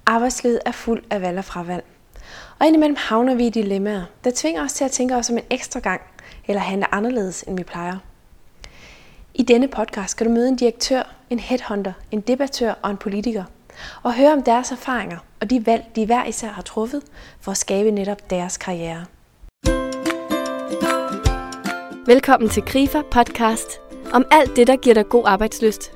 Arbejdslivet er fuld af valg og fravalg. Og indimellem havner vi i dilemmaer, der tvinger os til at tænke os om en ekstra gang, eller handle anderledes, end vi plejer. I denne podcast skal du møde en direktør, en headhunter, en debattør og en politiker, og høre om deres erfaringer og de valg, de hver især har truffet for at skabe netop deres karriere. Velkommen til Krifa podcast om alt det, der giver dig god arbejdslyst.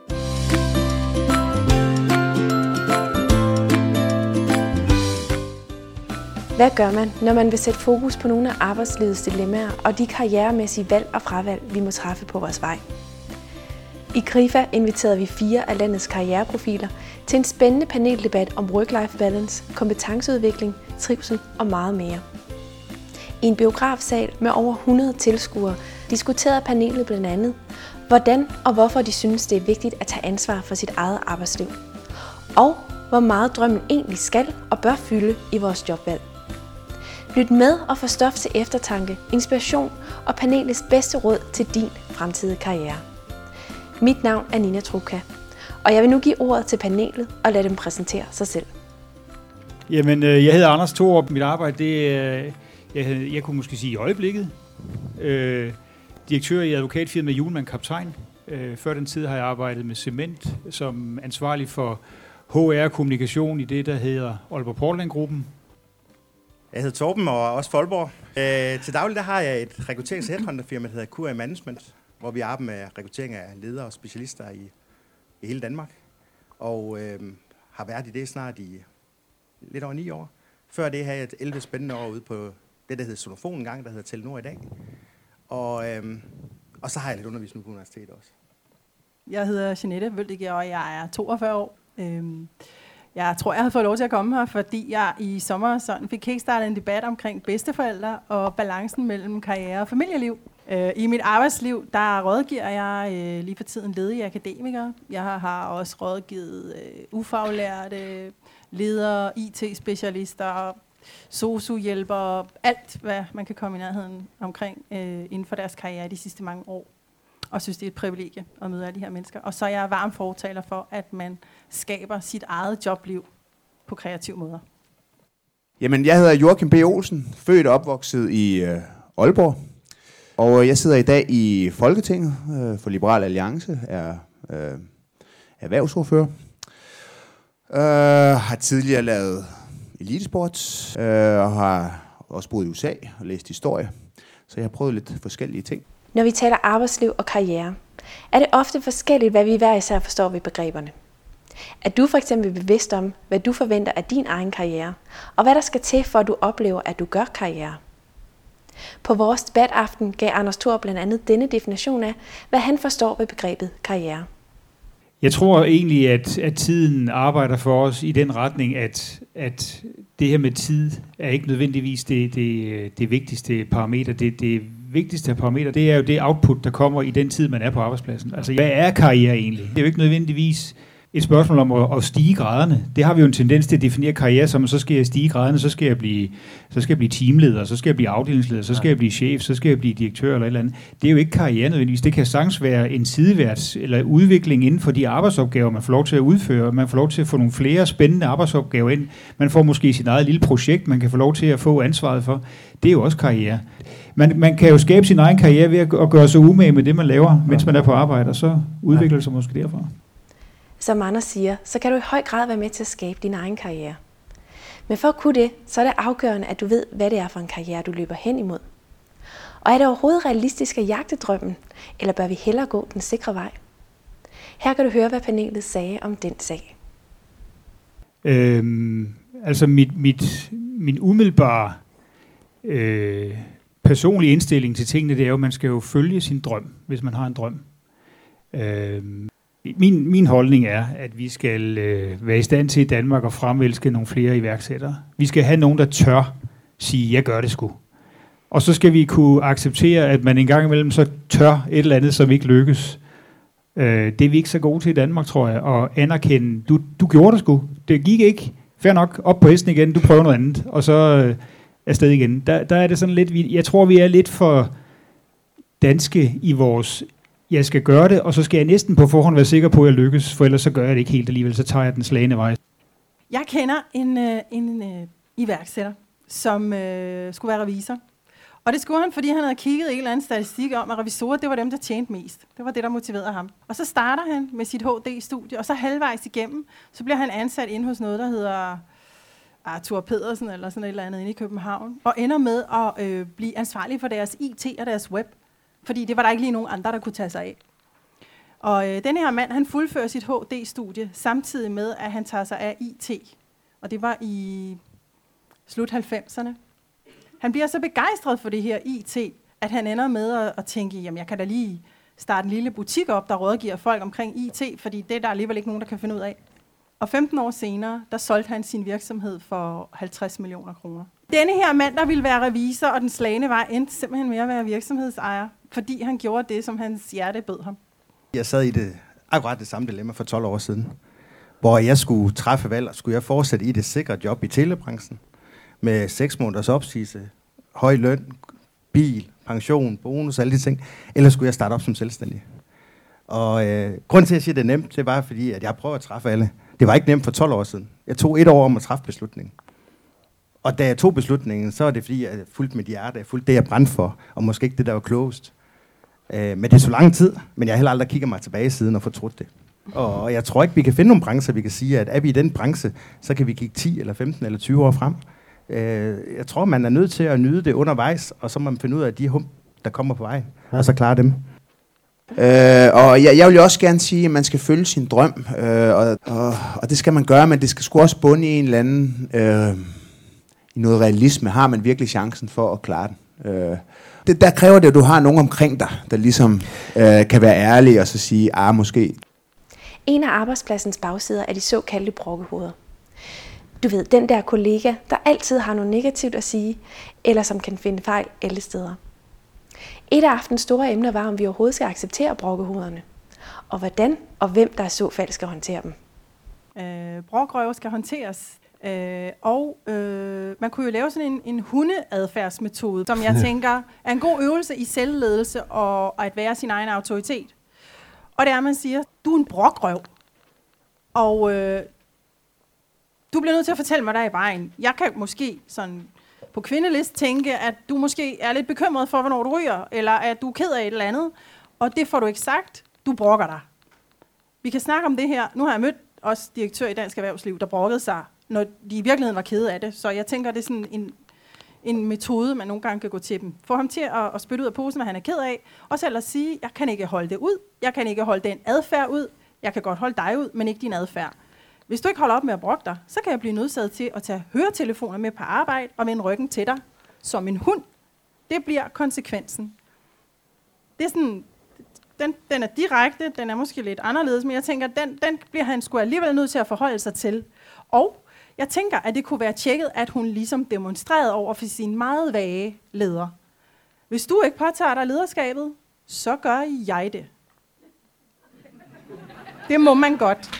Hvad gør man, når man vil sætte fokus på nogle af arbejdslivets dilemmaer og de karrieremæssige valg og fravalg, vi må træffe på vores vej? I Krifa inviterede vi 4 af landets karriereprofiler til en spændende paneldebat om work-life balance, kompetenceudvikling, trivsel og meget mere. I en biografsal med over 100 tilskuere diskuterede panelet blandt andet, hvordan og hvorfor de synes, det er vigtigt at tage ansvar for sit eget arbejdsliv, og hvor meget drømmen egentlig skal og bør fylde i vores jobvalg. Lyt med og få stof til eftertanke, inspiration og panelets bedste råd til din fremtidige karriere. Mit navn er Nina Truka, og jeg vil nu give ordet til panelet og lade dem præsentere sig selv. Jamen, jeg hedder Anders Thorup. Mit arbejde, det er, jeg kunne måske sige i øjeblikket, direktør i advokatfirmaet Hjulmand Kaptajn. Før den tid har jeg arbejdet med Cement som ansvarlig for HR-kommunikation i det, der hedder Aalborg Portland-gruppen. Jeg hedder Torben og også Folborg. Til daglig der har jeg et rekrutterings- og headhunterfirma, der hedder QA Management, hvor vi arbejder med rekruttering af ledere og specialister i hele Danmark. Og har været i det snart i lidt over 9 år. Før det havde jeg et 11 spændende år ude på det, der hedder Sonofon en gang, der hedder Telenor i dag. Og så har jeg lidt undervisning på universitetet også. Jeg hedder Jeanette Vøldige, og jeg er 42 år. Jeg tror, jeg har fået lov til at komme her, fordi jeg i sommer sådan fik kickstartet en debat omkring bedsteforældre og balancen mellem karriere og familieliv. I mit arbejdsliv, der rådgiver jeg lige for tiden ledige akademikere. Jeg har også rådgivet ufaglærte, ledere, IT-specialister, sosu-hjælpere, alt hvad man kan komme i nærheden omkring inden for deres karriere de sidste mange år. Og synes, det er et privilegie at møde alle de her mennesker. Og så er jeg varm fortaler for, at man skaber sit eget jobliv på kreative måder. Jamen, jeg hedder Joachim B. Olsen, født og opvokset i Aalborg. Og jeg sidder i dag i Folketinget for Liberal Alliance, er erhvervsordfører. Har tidligere lavet elitesport, og har også boet i USA og læst historie. Så jeg har prøvet lidt forskellige ting. Når vi taler arbejdsliv og karriere, er det ofte forskelligt, hvad vi hver især forstår ved begreberne. Er du for eksempel bevidst om, hvad du forventer af din egen karriere, og hvad der skal til, for at du oplever, at du gør karriere? På vores debataften gav Anders Thorup blandt andet denne definition af, hvad han forstår ved begrebet karriere. Jeg tror egentlig, at tiden arbejder for os i den retning, at det her med tid er ikke nødvendigvis det vigtigste parameter. Det vigtigste parameter, det er jo det output, der kommer i den tid, man er på arbejdspladsen. Altså, hvad er karriere egentlig? Det er jo ikke nødvendigvis et spørgsmål om at stige graderne. Det har vi jo en tendens til at definere karriere som, så skal jeg stige graderne, så skal jeg blive teamleder, så skal jeg blive afdelingsleder, så skal jeg blive chef, så skal jeg blive direktør eller et eller andet. Det er jo ikke karriere nødvendigvis. Det kan sagtens være en sideværts eller udvikling inden for de arbejdsopgaver, man får lov til at udføre. Man får lov til at få nogle flere spændende arbejdsopgaver ind. Man får måske sit eget lille projekt, man kan få lov til at få ansvaret for. Det er jo også karriere. Man kan jo skabe sin egen karriere ved at gøre sig umage med det, man laver, mens man er på arbejde, og så udvikler det sig måske derfra. Som Anders siger, så kan du i høj grad være med til at skabe din egen karriere. Men for at kunne det, så er det afgørende, at du ved, hvad det er for en karriere, du løber hen imod. Og er det overhovedet realistisk at jagte drømmen, eller bør vi hellere gå den sikre vej? Her kan du høre, hvad panelet sagde om den sag. Altså min umiddelbare personlige indstilling til tingene, det er jo, at man skal jo følge sin drøm, hvis man har en drøm. Min holdning er, at vi skal være i stand til i Danmark at fremvælske nogle flere iværksættere. Vi skal have nogen, der tør sige, jeg gør det sgu. Og så skal vi kunne acceptere, at man en gang imellem så tør et eller andet, som ikke lykkes. Det er vi ikke så gode til i Danmark, tror jeg, og anerkende, du gjorde det sgu. Det gik ikke. Fair nok, op på hesten igen, du prøver noget andet, og så afsted igen. Der er det sådan lidt, jeg tror, vi er lidt for danske i vores, jeg skal gøre det, og så skal jeg næsten på forhånd være sikker på, at jeg lykkes, for ellers så gør jeg det ikke helt alligevel, så tager jeg den slagne vej. Jeg kender en iværksætter, som skulle være revisor. Og det skulle han, fordi han havde kigget en eller anden statistik om, at revisorer, det var dem, der tjente mest. Det var det, der motiverede ham. Og så starter han med sit HD-studie, og så halvvejs igennem, så bliver han ansat inde hos noget, der hedder Arthur Pedersen, eller sådan et eller andet inde i København, og ender med at blive ansvarlig for deres IT og deres web. Fordi det var der ikke lige nogen andre, der kunne tage sig af. Og denne her mand, han fuldfører sit HD-studie, samtidig med, at han tager sig af IT. Og det var i slut 90'erne. Han bliver så begejstret for det her IT, at han ender med at tænke, jamen jeg kan da lige starte en lille butik op, der rådgiver folk omkring IT, fordi det er der alligevel ikke nogen, der kan finde ud af. Og 15 år senere, der solgte han sin virksomhed for 50 millioner kroner. Denne her mand, der ville være revisor, og den slagne vej, endte simpelthen med at være virksomhedsejer, fordi han gjorde det, som hans hjerte bød ham. Jeg sad i akkurat det samme dilemma for 12 år siden, hvor jeg skulle træffe valg, og skulle jeg fortsætte i det sikre job i telebranchen, med 6 måneders opsigelse, høj løn, bil, pension, bonus, alle de ting, eller skulle jeg starte op som selvstændig? Og grunden til, at jeg siger, at det er nemt, det var fordi, at jeg prøver at træffe alle. Det var ikke nemt for 12 år siden. Jeg tog 1 år om at træffe beslutningen. Og da jeg tog beslutningen, så er det fordi, jeg fulgte mit hjerte, jeg fulgte det, jeg brændte for, og måske ikke det, der var klogest. Men det er så lang tid, men jeg har heller aldrig kigget mig tilbage siden og fortrudt det. Og jeg tror ikke, vi kan finde nogle brancher, vi kan sige, at er vi i den branche, så kan vi kigge 10 eller 15 eller 20 år frem. Jeg tror, man er nødt til at nyde det undervejs, og så må man finde ud af de hump, der kommer på vejen, og så klare dem. Og jeg vil jo også gerne sige, at man skal følge sin drøm, og det skal man gøre, men det skal sgu også bunde i en eller anden, i noget realisme. Har man virkelig chancen for at klare den? Der kræver det, at du har nogen omkring dig, der ligesom kan være ærlige og så sige, måske. En af arbejdspladsens bagsider er de såkaldte brokkehoveder. Du ved, den der kollega, der altid har noget negativt at sige, eller som kan finde fejl alle steder. Et af aftens store emner var, om vi overhovedet skal acceptere brokkehovederne, og hvordan og hvem der i så fald skal håndtere dem. Brokrøver skal håndteres, og man kunne jo lave sådan en hundeadfærdsmetode, som jeg tænker er en god øvelse i selvledelse og at være sin egen autoritet. Og det er, at man siger, du er en brokrøv, og du bliver nødt til at fortælle mig, der er i vejen. Jeg kan måske sådan på kvindelist tænke, at du måske er lidt bekymret for, hvornår du ryger, eller at du er ked af et eller andet, og det får du ikke sagt. Du brokker dig. Vi kan snakke om det her. Nu har jeg mødt også direktør i Dansk Erhvervsliv, der brokkede sig, når de i virkeligheden var kede af det. Så jeg tænker, det er sådan en metode, man nogle gange kan gå til dem. Få ham til at spytte ud af posen, hvad han er ked af, og så ellers sige, jeg kan ikke holde det ud, jeg kan ikke holde den adfærd ud, jeg kan godt holde dig ud, men ikke din adfærd. Hvis du ikke holder op med at brokke dig, så kan jeg blive nødsaget til at tage høretelefoner med på arbejde og vende ryggen til dig som en hund. Det bliver konsekvensen. Det er sådan, den er direkte, den er måske lidt anderledes, men jeg tænker, den bliver han sgu alligevel nødt til at forholde sig til. Og jeg tænker, at det kunne være tjekket, at hun ligesom demonstrerede over for sin meget vage leder. Hvis du ikke påtager dig lederskabet, så gør jeg det. Det må man godt.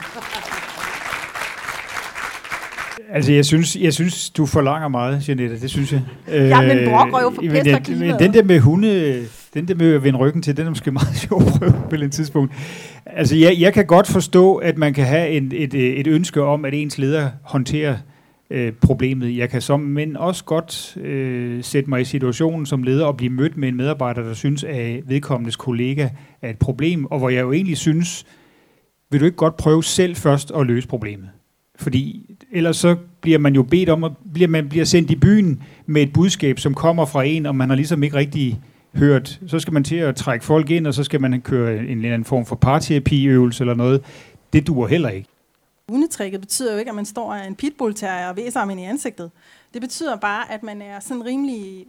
Altså, jeg synes, du forlanger meget, Jeanette. Det synes jeg. Men brokrøv for pest og klimaet. Men den der med hunde, den der med at vende ryggen til, den er måske meget sjov at prøve på et tidspunkt. Altså, jeg kan godt forstå, at man kan have et ønske om, at ens leder håndterer problemet. Jeg kan men også godt sætte mig i situationen som leder og blive mødt med en medarbejder, der synes, at vedkommendes kollega er et problem, og hvor jeg jo egentlig synes, vil du ikke godt prøve selv først at løse problemet? Fordi ellers så bliver man jo bedt om, man bliver sendt i byen med et budskab, som kommer fra en, og man har ligesom ikke rigtig hørt. Så skal man til at trække folk ind, og så skal man køre en eller anden form for parterapiøvelse eller noget. Det duer heller ikke. Hundetricket betyder jo ikke, at man står af en pitbull-terrier og væser ham ind i ansigtet. Det betyder bare, at man er sådan rimelig,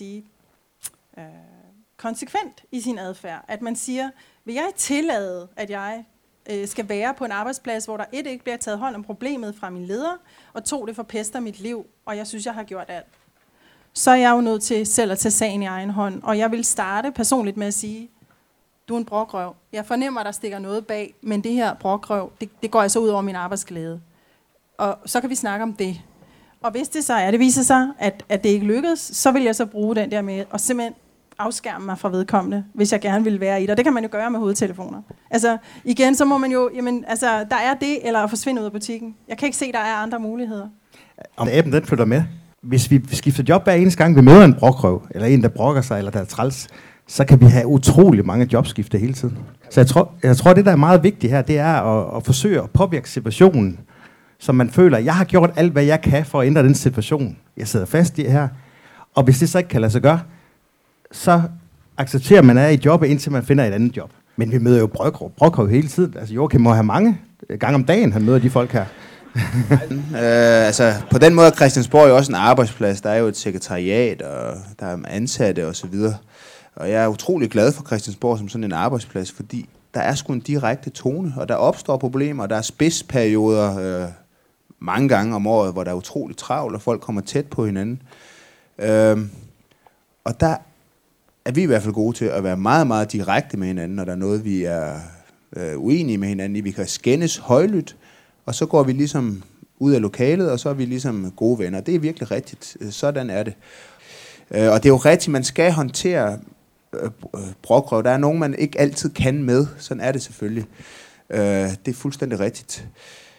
konsekvent i sin adfærd. At man siger, vil jeg tillade, at jeg skal være på en arbejdsplads, hvor der ikke bliver taget hånd om problemet fra min leder, og 2, det forpester mit liv, og jeg synes, jeg har gjort alt. Så er jeg jo nødt til selv at tage sagen i egen hånd, og jeg vil starte personligt med at sige, du er en brokrøv. Jeg fornemmer, at der stikker noget bag, men det her brokrøv, det går altså ud over min arbejdsglæde. Og så kan vi snakke om det. Og hvis det så det viser sig, at det ikke lykkedes, så vil jeg så bruge den der med at simpelthen afskærme mig fra vedkommende, hvis jeg gerne vil være i det. Og det kan man jo gøre med hovedtelefoner. Altså, igen, så må man jo, der er det, eller at forsvinde ud af butikken. Jeg kan ikke se, der er andre muligheder. Om aben, den flytter med. Hvis vi skifter job hver eneste gang, vi møder en brokrøv, eller en, der brokker sig, eller der er træls, så kan vi have utrolig mange jobskifter hele tiden. Så jeg tror, det, der er meget vigtigt her, det er at forsøge at påvirke situationen, så man føler, at jeg har gjort alt, hvad jeg kan for at ændre den situation, jeg sidder fast i her. Og hvis det så ikke kan lade sig gøre, så accepterer man at i jobbet, indtil man finder et andet job. Men vi møder jo brokrøv hele tiden. Altså Joachim må have mange gange om dagen, han møder de folk her. På den måde er Christiansborg jo også en arbejdsplads. Der er jo et sekretariat, og der er ansatte og så videre. Og jeg er utrolig glad for Christiansborg som sådan en arbejdsplads, fordi der er sgu en direkte tone, og der opstår problemer, og der er spidsperioder mange gange om året, hvor der er utroligt travlt, og folk kommer tæt på hinanden. Og der er vi i hvert fald gode til at være meget, meget direkte med hinanden, når der er noget, vi er uenige med hinanden i. Vi kan skændes højlydt, og så går vi ligesom ud af lokalet, og så er vi ligesom gode venner. Det er virkelig rigtigt. Sådan er det. Og det er jo rigtigt, man skal håndtere brokrøv. Der er nogen, man ikke altid kan med. Sådan er det selvfølgelig. Det er fuldstændig rigtigt.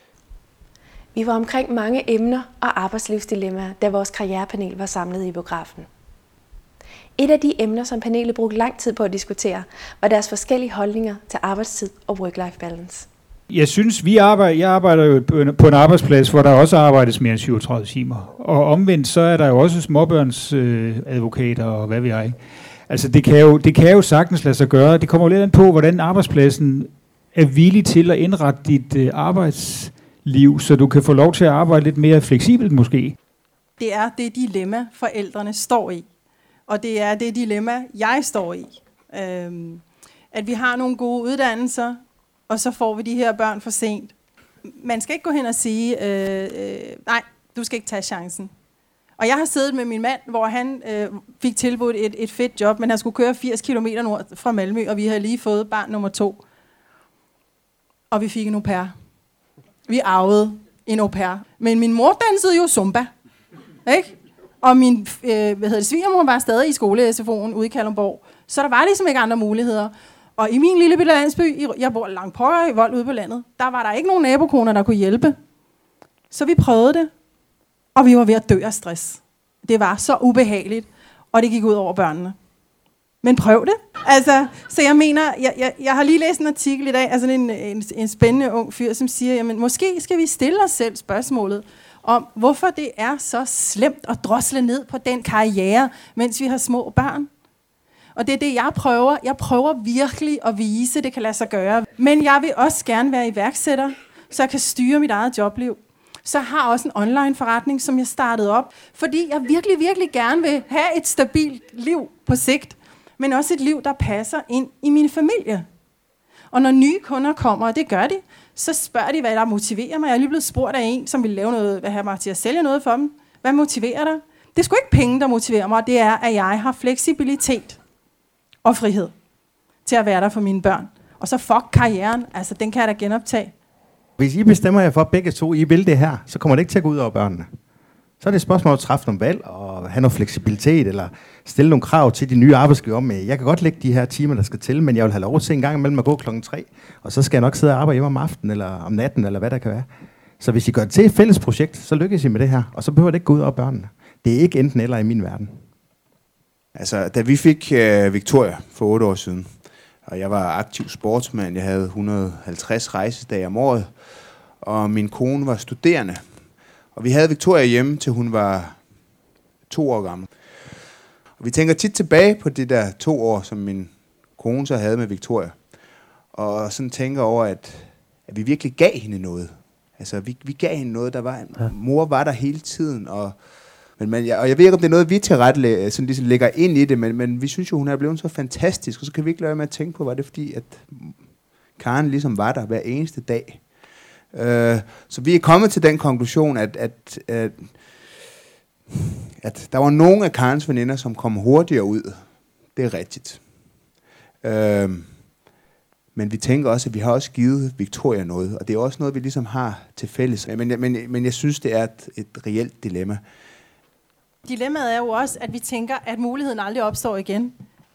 Vi var omkring mange emner og arbejdslivsdilemmaer, da vores karrierepanel var samlet i biografen. Et af de emner, som panelet brugte lang tid på at diskutere, var deres forskellige holdninger til arbejdstid og work-life balance. Jeg synes, jeg arbejder jo på en arbejdsplads, hvor der også arbejdes mere end 37 timer. Og omvendt, så er der jo også småbørns advokater og hvad ved jeg. Altså det kan jo sagtens lade sig gøre. Det kommer jo lidt an på, hvordan arbejdspladsen er villig til at indrette dit arbejdsliv, så du kan få lov til at arbejde lidt mere fleksibelt måske. Det er det dilemma, forældrene står i. Og det er det dilemma, jeg står i. At vi har nogle gode uddannelser, og så får vi de her børn for sent. Man skal ikke gå hen og sige, nej, du skal ikke tage chancen. Og jeg har siddet med min mand, hvor han fik tilbudt et fedt job, men han skulle køre 80 km nord fra Malmø, og vi havde lige fået barn nummer 2. Og vi fik en au pair. Vi arvede en au pair. Men min mor dansede jo zumba. Ikke? Og min svigermor var stadig i skole-SFO'en ude i Kalundborg. Så der var ligesom ikke andre muligheder. Og i min lille landsby, jeg bor langt pokker i Vold ude på landet, der var der ikke nogen nabokoner, der kunne hjælpe. Så vi prøvede det, og vi var ved at dø af stress. Det var så ubehageligt, og det gik ud over børnene. Men prøv det. Altså, så jeg mener, jeg har lige læst en artikel i dag, altså en spændende ung fyr, som siger, jamen måske skal vi stille os selv spørgsmålet om, hvorfor det er så slemt at drosle ned på den karriere, mens vi har små børn. Og det er det, jeg prøver. Jeg prøver virkelig at vise, det kan lade sig gøre. Men jeg vil også gerne være iværksætter, så jeg kan styre mit eget jobliv. Så jeg har også en online forretning, som jeg startede op, fordi jeg virkelig, virkelig gerne vil have et stabilt liv på sigt, men også et liv, der passer ind i min familie. Og når nye kunder kommer, og det gør de, så spørger de, hvad der motiverer mig. Jeg er lige blevet spurgt af en, som vil lave noget, hvad have mig til at sælge noget for dem. Hvad motiverer dig? Det er sgu ikke penge, der motiverer mig, det er, at jeg har fleksibilitet og frihed til at være der for mine børn. Og så fuck karrieren, altså den kan jeg da genoptage. Hvis I bestemmer jer for, at begge to I vil det her, så kommer det ikke til at gå ud over børnene. Så er det et spørgsmål at træffe nogle valg og have noget fleksibilitet, eller stille nogle krav til de nye arbejdsgiver om, jeg kan godt lægge de her timer, der skal til, men jeg vil have lov til en gang imellem at gå 3:00, og så skal jeg nok sidde og arbejde hjemme om aftenen, eller om natten, eller hvad der kan være. Så hvis I gør det til et fælles projekt, så lykkes I med det her, og så behøver det ikke gå ud over børnene. Det er ikke enten eller i min verden. Altså, da vi fik Victoria for 8 år siden, og jeg var aktiv sportsmand, jeg havde 150 rejsedage om året, og min kone var studerende. Og vi havde Victoria hjemme, til hun var 2 år gammel. Og vi tænker tit tilbage på de der 2 år, som min kone så havde med Victoria. Og sådan tænker over, at vi virkelig gav hende noget. Altså, vi gav hende noget, der var... Mor var der hele tiden, og jeg ved ikke, om det er noget, vi til ret sådan ligesom lægger ind i det, men vi synes jo, hun er blevet så fantastisk, og så kan vi ikke lade med at tænke på, var det fordi, at Karen ligesom var der hver eneste dag. Så vi er kommet til den konklusion, at der var nogle af Karens veninder, som kom hurtigere ud. Det er rigtigt. Men vi tænker også, at vi har også givet Victoria noget, og det er også noget, vi ligesom har til fælles. Men jeg synes, det er et reelt dilemma. Dilemmaet er jo også, at vi tænker, at muligheden aldrig opstår igen.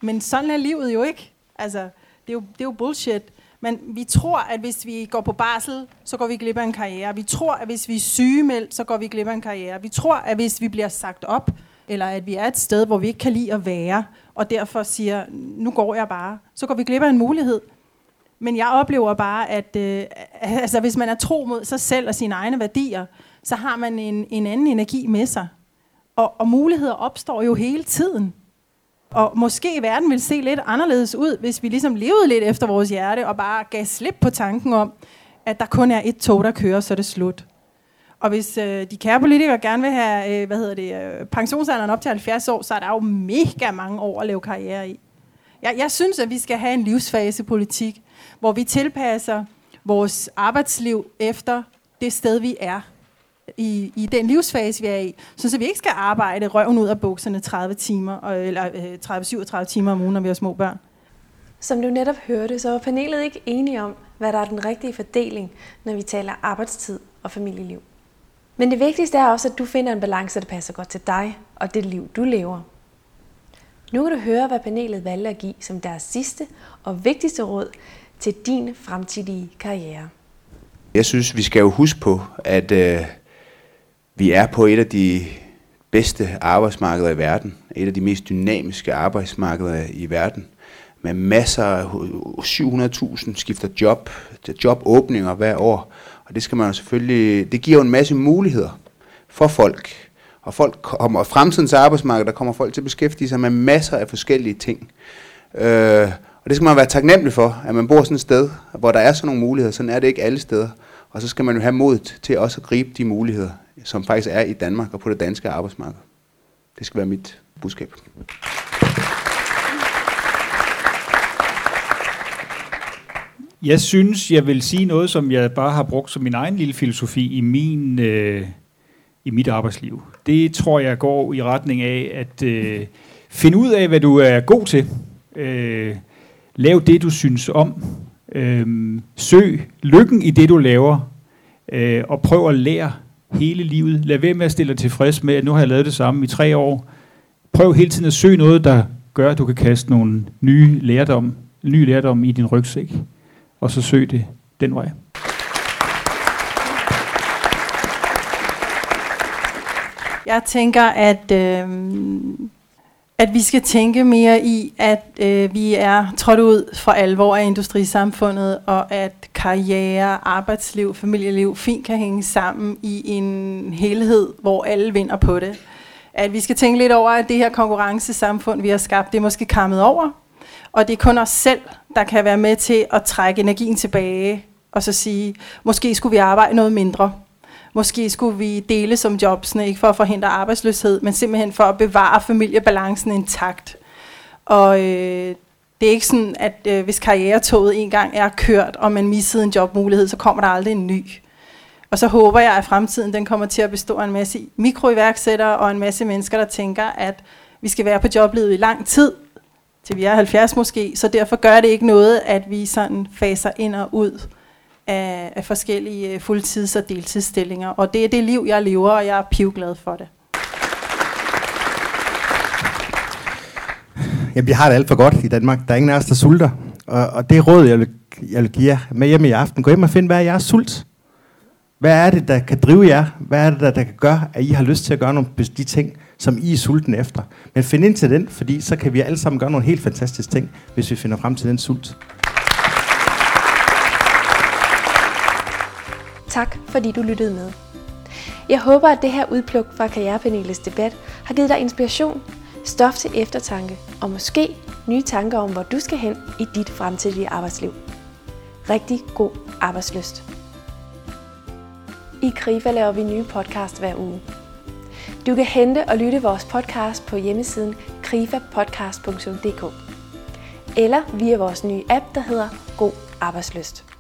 Men sådan er livet jo ikke. Altså, det er jo bullshit. Men vi tror, at hvis vi går på barsel, så går vi glip af en karriere. Vi tror, at hvis vi er sygemeldt, så går vi glip af en karriere. Vi tror, at hvis vi bliver sagt op, eller at vi er et sted, hvor vi ikke kan lide at være, og derfor siger, nu går jeg bare, så går vi glip af en mulighed. Men jeg oplever bare, at altså, hvis man er tro mod sig selv og sine egne værdier, så har man en anden energi med sig. Og muligheder opstår jo hele tiden. Og måske verden ville se lidt anderledes ud, hvis vi ligesom levede lidt efter vores hjerte, og bare gav slip på tanken om, at der kun er et tog, der kører, så er det slut. Og hvis de kære politikere gerne vil have pensionsalderen op til 70 år, så er der jo mega mange år at lave karriere i. Jeg synes, at vi skal have en livsfasepolitik, hvor vi tilpasser vores arbejdsliv efter det sted, vi er. I den livsfase, vi er i. Så vi ikke skal arbejde røven ud af bukserne 30 timer, eller 30-37 timer om ugen, når vi har små børn. Som du netop hørte, så var panelet ikke enige om, hvad der er den rigtige fordeling, når vi taler arbejdstid og familieliv. Men det vigtigste er også, at du finder en balance, der passer godt til dig og det liv, du lever. Nu kan du høre, hvad panelet valgte at give som deres sidste og vigtigste råd til din fremtidige karriere. Jeg synes, vi skal jo huske på, at vi er på et af de bedste arbejdsmarkeder i verden. Et af de mest dynamiske arbejdsmarkeder i verden. Med masser af 700.000 skifter job, jobåbninger hver år. Og det skal man jo selvfølgelig, det giver jo en masse muligheder for folk. Og fremtidens arbejdsmarked, der kommer folk til at beskæftige sig med masser af forskellige ting. Og det skal man være taknemmelig for, at man bor sådan et sted, hvor der er sådan nogle muligheder. Sådan er det ikke alle steder. Og så skal man jo have modet til også at gribe de muligheder, som faktisk er i Danmark og på det danske arbejdsmarked. Det skal være mit budskab. Jeg synes, jeg vil sige noget, som jeg bare har brugt som min egen lille filosofi i mit arbejdsliv. Det tror jeg går i retning af at finde ud af, hvad du er god til. Lav det, du synes om. Søg lykken i det, du laver. Og prøv at lære hele livet. Lad være med at stille dig tilfreds med, at nu har jeg lavet det samme i 3 år. Prøv hele tiden at søge noget, der gør, at du kan kaste nogle ny lærdom i din rygsæk. Og så søg det den vej. Jeg tænker, at vi skal tænke mere i, at vi er trådt ud for alvor af industrisamfundet, og at karriere, arbejdsliv, familieliv fint kan hænge sammen i en helhed, hvor alle vinder på det. At vi skal tænke lidt over, at det her konkurrencesamfund, vi har skabt, det er måske kammet over, og det er kun os selv, der kan være med til at trække energien tilbage, og så sige, måske skulle vi arbejde noget mindre. Måske skulle vi dele som jobsene, ikke for at forhindre arbejdsløshed, men simpelthen for at bevare familiebalancen intakt. Og det er ikke sådan, at hvis karrieretoget en gang er kørt, og man missede en jobmulighed, så kommer der aldrig en ny. Og så håber jeg, at fremtiden den kommer til at bestå af en masse mikroiværksættere og en masse mennesker, der tænker, at vi skal være på joblivet i lang tid, til vi er 70 måske, så derfor gør det ikke noget, at vi sådan faser ind og ud af forskellige fuldtids- og deltidsstillinger. Og det er det liv, jeg lever, og jeg er pivglad for det. Jamen, vi har det alt for godt i Danmark. Der er ingen af os, der sulter. Og det råd, jeg vil give jer med hjem i aften. Gå hjem og find, hvad er jeres sult? Hvad er det, der kan drive jer? Hvad er det, der kan gøre, at I har lyst til at gøre nogle de ting, som I er sulten efter? Men find ind til den, fordi så kan vi alle sammen gøre nogle helt fantastiske ting, hvis vi finder frem til den sult. Tak, fordi du lyttede med. Jeg håber, at det her udpluk fra Karrierepanelets debat har givet dig inspiration, stof til eftertanke og måske nye tanker om, hvor du skal hen i dit fremtidige arbejdsliv. Rigtig god arbejdslyst. I Krifa laver vi nye podcast hver uge. Du kan hente og lytte vores podcast på hjemmesiden krifapodcast.dk eller via vores nye app, der hedder God Arbejdslyst.